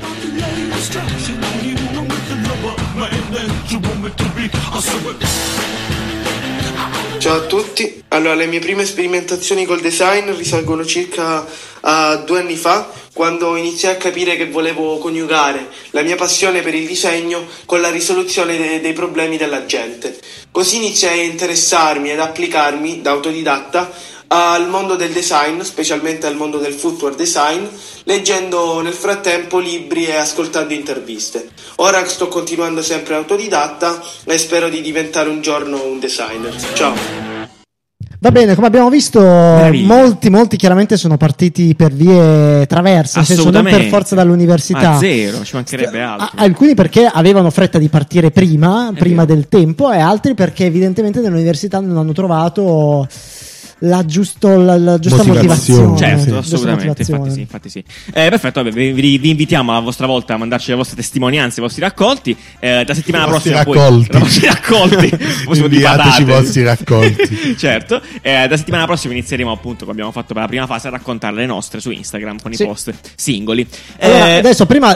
Ciao a tutti, allora le mie prime sperimentazioni col design risalgono circa a 2 anni fa, quando iniziai a capire che volevo coniugare la mia passione per il disegno con la risoluzione dei problemi della gente. Così iniziai a interessarmi ed applicarmi da autodidatta al mondo del design, specialmente al mondo del footwear design, leggendo nel frattempo libri e ascoltando interviste. Ora sto continuando sempre autodidatta e spero di diventare un giorno un designer. Ciao! Va bene, come abbiamo visto, molti chiaramente sono partiti per vie traverse, nel senso non per forza dall'università. A zero, ci mancherebbe altro. Alcuni perché avevano fretta di partire prima del tempo, e altri perché evidentemente nell'università non hanno trovato la giusta motivazione. Certo, assolutamente, infatti sì. Perfetto, vi invitiamo a vostra volta a mandarci le vostre testimonianze, i vostri raccolti. La settimana prossima i vostri raccolti inviateci i vostri raccolti. Certo, la settimana prossima inizieremo, appunto, come abbiamo fatto per la prima fase, a raccontare le nostre su Instagram con i post singoli. Allora, adesso prima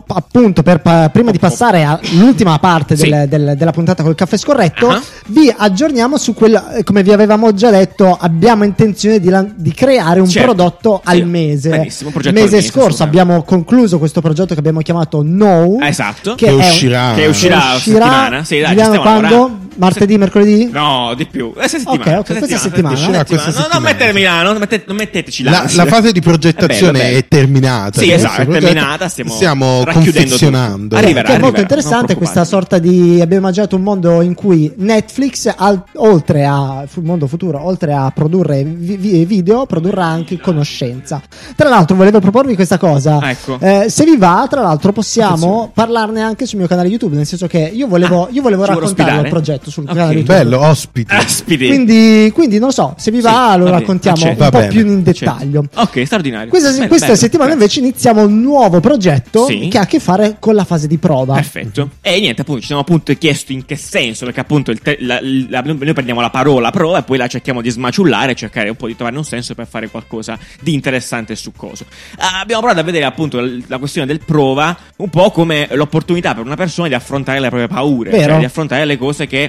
di passare all'ultima parte della puntata col caffè scorretto, vi aggiorniamo su quello, come vi avevamo già detto. Abbiamo intenzione di creare un prodotto al mese. Benissimo, il mese scorso abbiamo concluso questo progetto che abbiamo chiamato No. Esatto. Che uscirà settimana. Sì, dai, quando? Martedì, mercoledì? No, di più. Questa settimana. Questa settimana. Non metteteci la fase di progettazione è terminata. Sì, esatto, è terminata. Stiamo confezionando. È molto interessante questa sorta di. Abbiamo immaginato un mondo in cui Netflix, oltre a mondo futuro, oltre a produrre video, produrrà anche conoscenza. Tra l'altro, volevo proporvi questa cosa. Ecco. Se vi va, tra l'altro, possiamo parlarne anche sul mio canale YouTube. Nel senso che io volevo raccontare il progetto sul canale YouTube. Bello, ospiti. Quindi non so, se vi va lo raccontiamo un po' più in dettaglio. Ok, straordinario. Questa settimana invece iniziamo un nuovo progetto che ha a che fare con la fase di prova. Perfetto. E niente, appunto, ci siamo appunto chiesti in che senso, perché appunto noi prendiamo la parola prova e poi la cerchiamo di smaciullare e cercare un po' di trovare un senso per fare qualcosa di interessante su coso. Abbiamo provato a vedere appunto la questione del prova un po' come l'opportunità per una persona di affrontare le proprie paure, cioè di affrontare le cose che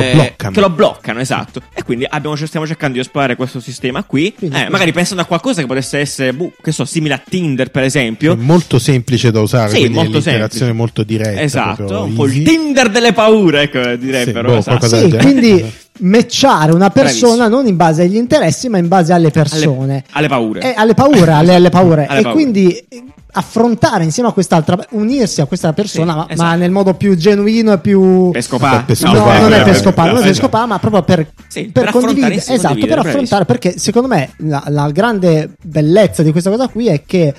lo bloccano, esatto. E quindi stiamo cercando di esplorare questo sistema qui, magari pensando a qualcosa che potesse essere simile a Tinder, per esempio. È molto semplice da usare, quindi molto l'interazione molto diretta, esatto, un po' il Tinder delle paure, ecco, direbbero. Quindi matchare una persona non in base agli interessi, ma in base alle persone, alle paure, alle paure. E quindi affrontare insieme a quest'altra, unirsi a questa persona, ma nel modo più genuino e più pescopà. Non è pescopà, ma proprio per condividere, per affrontare, perché secondo me la grande bellezza di questa cosa qui è che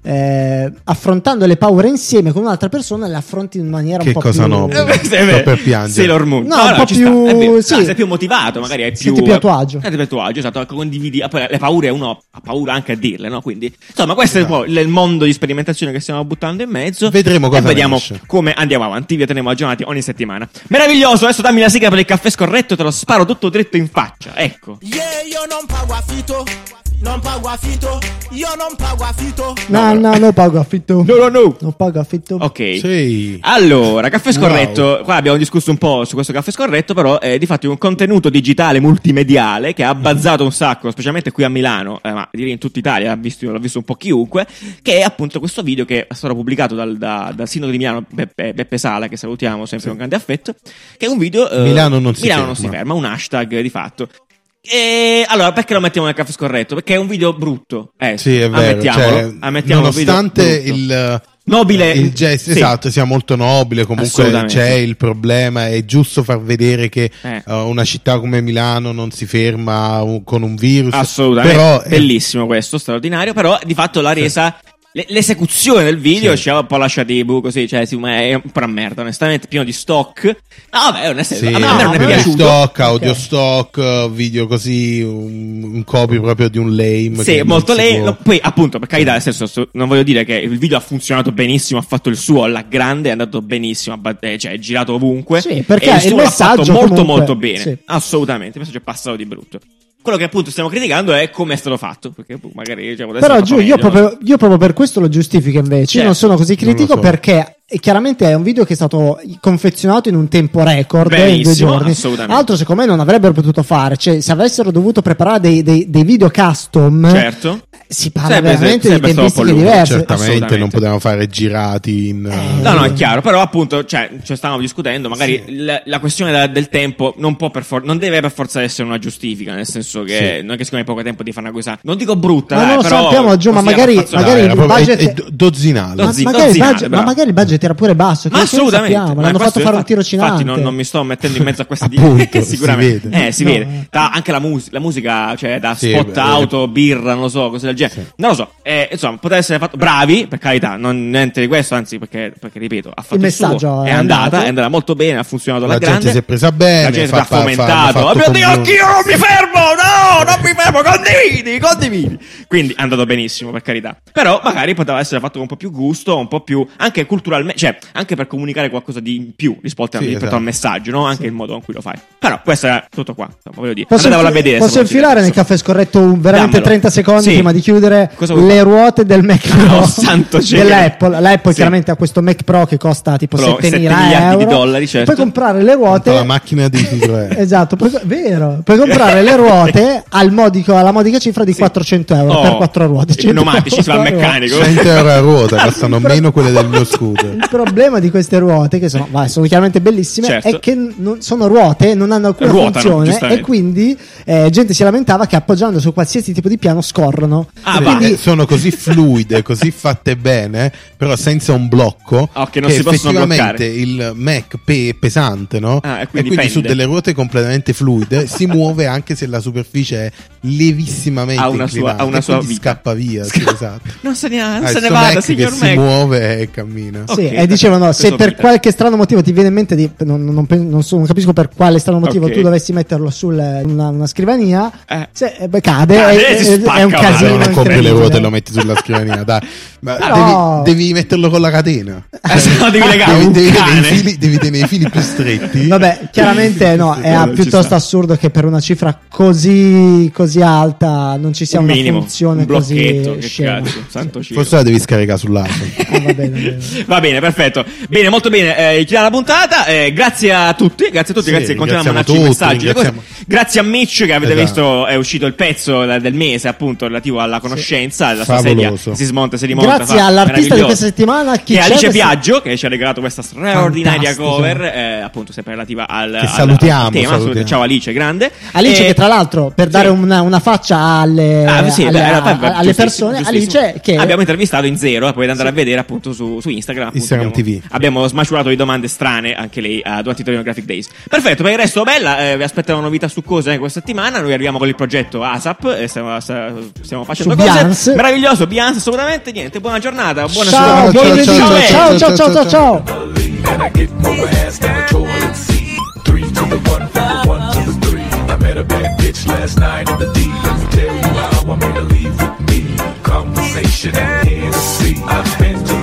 affrontando le paure insieme con un'altra persona le affronti in maniera un po' più per piangere. Sailor Moon. Un po' più sei più motivato, magari hai più a tuo agio. Esatto, condividi. Poi le paure uno ha paura anche a dirle, no? Quindi insomma questo è un po' il mondo di sperimentazione che stiamo buttando in mezzo. Vedremo cosa vediamo come andiamo avanti. Vi teniamo aggiornati ogni settimana. Meraviglioso, adesso dammi la sigla per il caffè scorretto, te lo sparo tutto dritto in faccia. Ecco. Io non pago affitto. Non pago affitto, io non pago affitto. No, pago affitto. No. Non pago affitto. Ok. Sì. Allora, caffè scorretto. Qua abbiamo discusso un po' su questo caffè scorretto, però è di fatto un contenuto digitale multimediale che ha abbazzato un sacco, specialmente qui a Milano, ma direi in tutta Italia, l'ha visto un po' chiunque, che è appunto questo video che è stato pubblicato dal sindaco di Milano, Beppe Sala, che salutiamo sempre con grande affetto, che è un video Milano non si ferma, un hashtag di fatto. E allora, perché lo mettiamo nel caffè scorretto? Perché è un video brutto. Sì, è vero. Ammettiamolo, nonostante nobile il gesto, esatto, sia molto nobile. Comunque c'è il problema, è giusto far vedere che una città come Milano non si ferma con un virus. Assolutamente, però bellissimo questo, straordinario. Però di fatto l'ha resa l'esecuzione del video ci ha un po' lasciato così, cioè è un po' una merda, onestamente, pieno di stock. No, vabbè, onestamente, a me non è piaciuto. Stock, audio stock, video così, un copy proprio di un lame. Sì, molto lame. Poi, appunto, per carità, nel senso, non voglio dire che il video ha funzionato benissimo, ha fatto il suo alla grande, è andato benissimo, cioè è girato ovunque. Sì, perché il messaggio l'ha fatto molto comunque, molto bene. Assolutamente, il messaggio è passato di brutto. Quello che appunto stiamo criticando è come è stato fatto, perché magari però giù io proprio per questo lo giustifico invece. Certo. Io non sono così critico perché chiaramente è un video che è stato confezionato in un tempo record, in 2 giorni. Altro secondo me non avrebbero potuto fare, cioè se avessero dovuto preparare dei video custom, certo, si parla veramente di tempistiche diverse. Certamente non potevamo fare girati in no, è chiaro, però appunto cioè stavamo discutendo, magari la questione del tempo non deve per forza essere una giustifica, nel senso che non è che siccome hai poco tempo di fare una cosa, non dico brutta, ma non lo sappiamo giù, ma magari il budget è dozzinale, ma magari il budget era pure basso, ma assolutamente l'hanno fatto fare un tirocinante. Infatti non mi sto mettendo in mezzo a questi sicuramente si vede anche la musica, cioè da spot auto, birra, non lo so, cose del genere, non lo so, insomma poteva essere fatto, bravi, per carità, non niente di questo, anzi perché ripeto, ha fatto il messaggio, è andata molto bene, ha funzionato alla grande, la gente si è presa bene, la gente ha fomentato, oh mio Dio, anch'io non mi fermo, non mi fermo, condividi, quindi è andato benissimo, per carità, però magari poteva essere fatto con un po' più gusto, un po' più anche culturalmente, cioè anche per comunicare qualcosa di più rispetto al messaggio, no? Anche il modo con cui lo fai. Però questo era tutto qua, voglio dire. Posso infilare nel caffè scorretto veramente 30 secondi prima di chiudere le ruote del Mac Pro dell'Apple. L'Apple chiaramente ha questo Mac Pro che costa tipo 7 miliardi di dollari, certo. Puoi comprare le ruote, la macchina di Citroën. Esatto, puoi comprare le ruote alla modica cifra di 400 euro per 4 ruote, pneumatici, si va al meccanico, 100 euro a ruota, costano meno quelle del mio scooter. Il problema di queste ruote, che sono chiaramente bellissime, è che non sono ruote, non hanno alcuna funzione, e quindi gente si lamentava che appoggiando su qualsiasi tipo di piano scorrono. Quindi sono così fluide, così fatte bene, però senza un blocco, che non si possono bloccare. Il Mac è pesante, no? E quindi su delle ruote completamente fluide si muove anche se la superficie è levissimamente inclinata, ha una sua vita, scappa via. Esatto. Non se ne vada, signor Mac. Si muove e cammina. Sì, e dicevano, se per qualche strano motivo ti viene in mente non capisco per quale strano motivo tu dovessi metterlo su una scrivania, cade, è un casino. Non compri le ruote e lo metti sulla scrivania, dai. Ma devi metterlo con la catena. Devi legare devi tenere i fili più stretti. Vabbè, chiaramente è piuttosto assurdo che per una cifra così alta non ci sia una funzione così scema. Forse la devi scaricare sull'iPhone. Va bene, perfetto. Bene, molto bene. Chiudiamo la puntata. Grazie a tutti, grazie che continuano a mandarci messaggi. Grazie a Mitch, che avete visto è uscito il pezzo del mese, appunto, relativo alla conoscenza, alla sua sedia che si smonta e si rimonta. Grazie all'artista di questa settimana, che è Alice Biagio, che ci ha regalato questa straordinaria cover, appunto sempre relativa al tema. Ciao Alice, grande. Alice che tra l'altro, per dare una faccia alle persone, Alice che abbiamo intervistato in Zero, potete andare a vedere appunto su Instagram TV. Abbiamo smasciurato di domande strane anche lei durante i Torino Graphic Days. Perfetto, per il resto bella, vi aspetto una novità succose questa settimana. Noi arriviamo con il progetto ASAP e stiamo facendo cose meraviglioso. Beyoncé, assolutamente. Niente, buona giornata, buona ciao. Last night at the D, let me tell you how I made her leave with me. Conversation and Hennessy. I spent